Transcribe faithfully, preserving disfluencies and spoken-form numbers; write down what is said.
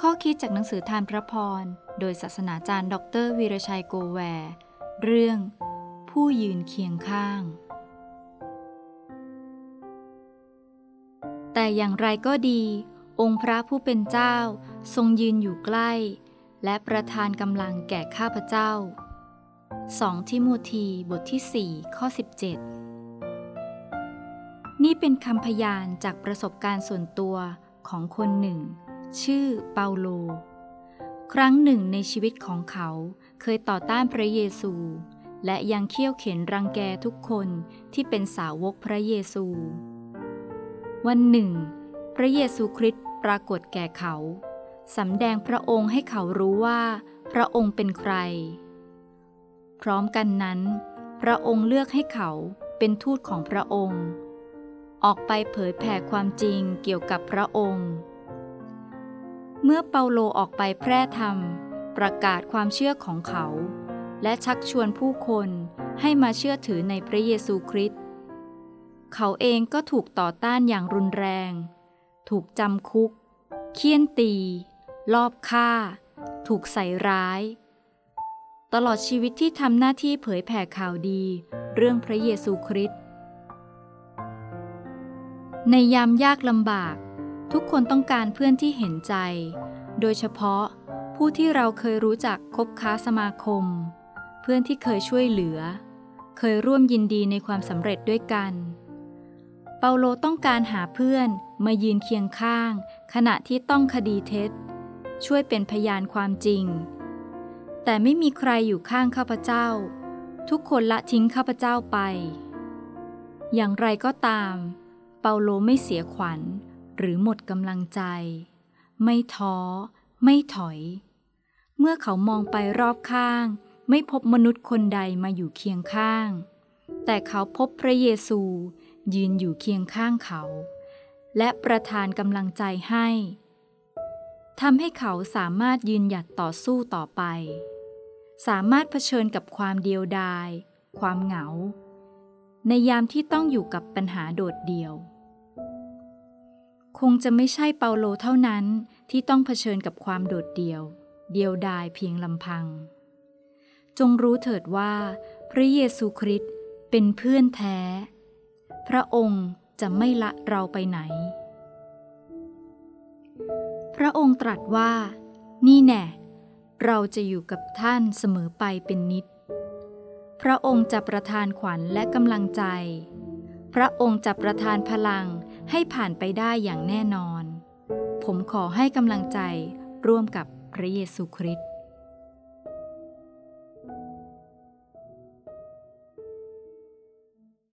ข้อคิดจากหนังสือทานพระพรโดยศาสนาจารย์ดร.วีรชัยโกแวร์เรื่องผู้ยืนเคียงข้างแต่อย่างไรก็ดีองค์พระผู้เป็นเจ้าทรงยืนอยู่ใกล้และประทานกำลังแก่ข้าพเจ้าสองทิโมธีบทที่สี่ข้อสิบเจ็ดนี่เป็นคำพยานจากประสบการณ์ส่วนตัวของคนหนึ่งชื่อเปาโลครั้งหนึ่งในชีวิตของเขาเคยต่อต้านพระเยซูและยังเคี่ยวเข็นรังแกทุกคนที่เป็นสาวกพระเยซูวันหนึ่งพระเยซูคริสต์ปรากฏแก่เขาสำแดงพระองค์ให้เขารู้ว่าพระองค์เป็นใครพร้อมกันนั้นพระองค์เลือกให้เขาเป็นทูตของพระองค์ออกไปเผยแผ่ความจริงเกี่ยวกับพระองค์เมื่อเปาโลออกไปแพร่ธรรมประกาศความเชื่อของเขาและชักชวนผู้คนให้มาเชื่อถือในพระเยซูคริสต์เขาเองก็ถูกต่อต้านอย่างรุนแรงถูกจำคุกเฆี่ยนตีลอบฆ่าถูกใส่ร้ายตลอดชีวิตที่ทำหน้าที่เผยแผ่ข่าวดีเรื่องพระเยซูคริสต์ในยามยากลำบากทุกคนต้องการเพื่อนที่เห็นใจโดยเฉพาะผู้ที่เราเคยรู้จักคบค้าสมาคมเพื่อนที่เคยช่วยเหลือเคยร่วมยินดีในความสำเร็จด้วยกันเปาโลต้องการหาเพื่อนมายืนเคียงข้างขณะที่ต้องคดีเท็จช่วยเป็นพยานความจริงแต่ไม่มีใครอยู่ข้างข้าพเจ้าทุกคนละทิ้งข้าพเจ้าไปอย่างไรก็ตามเปาโลไม่เสียขวัญหรือหมดกำลังใจไม่ท้อไม่ถอยเมื่อเขามองไปรอบข้างไม่พบมนุษย์คนใดมาอยู่เคียงข้างแต่เขาพบพระเยซูยืนอยู่เคียงข้างเขาและประทานกำลังใจให้ทำให้เขาสามารถยืนหยัดต่อสู้ต่อไปสามารถเผชิญกับความเดียวดายความเหงาในยามที่ต้องอยู่กับปัญหาโดดเดี่ยวคงจะไม่ใช่เปาโลเท่านั้นที่ต้องเผชิญกับความโดดเดี่ยวเดียวดายเพียงลำพังจงรู้เถิดว่าพระเยซูคริสต์เป็นเพื่อนแท้พระองค์จะไม่ละเราไปไหนพระองค์ตรัสว่านี่แน่เราจะอยู่กับท่านเสมอไปเป็นนิจพระองค์จะประทานขวัญและกำลังใจพระองค์จะประทานพลังให้ผ่านไปได้อย่างแน่นอนผมขอให้กำลังใจร่วมกับพระเยซูคริสต์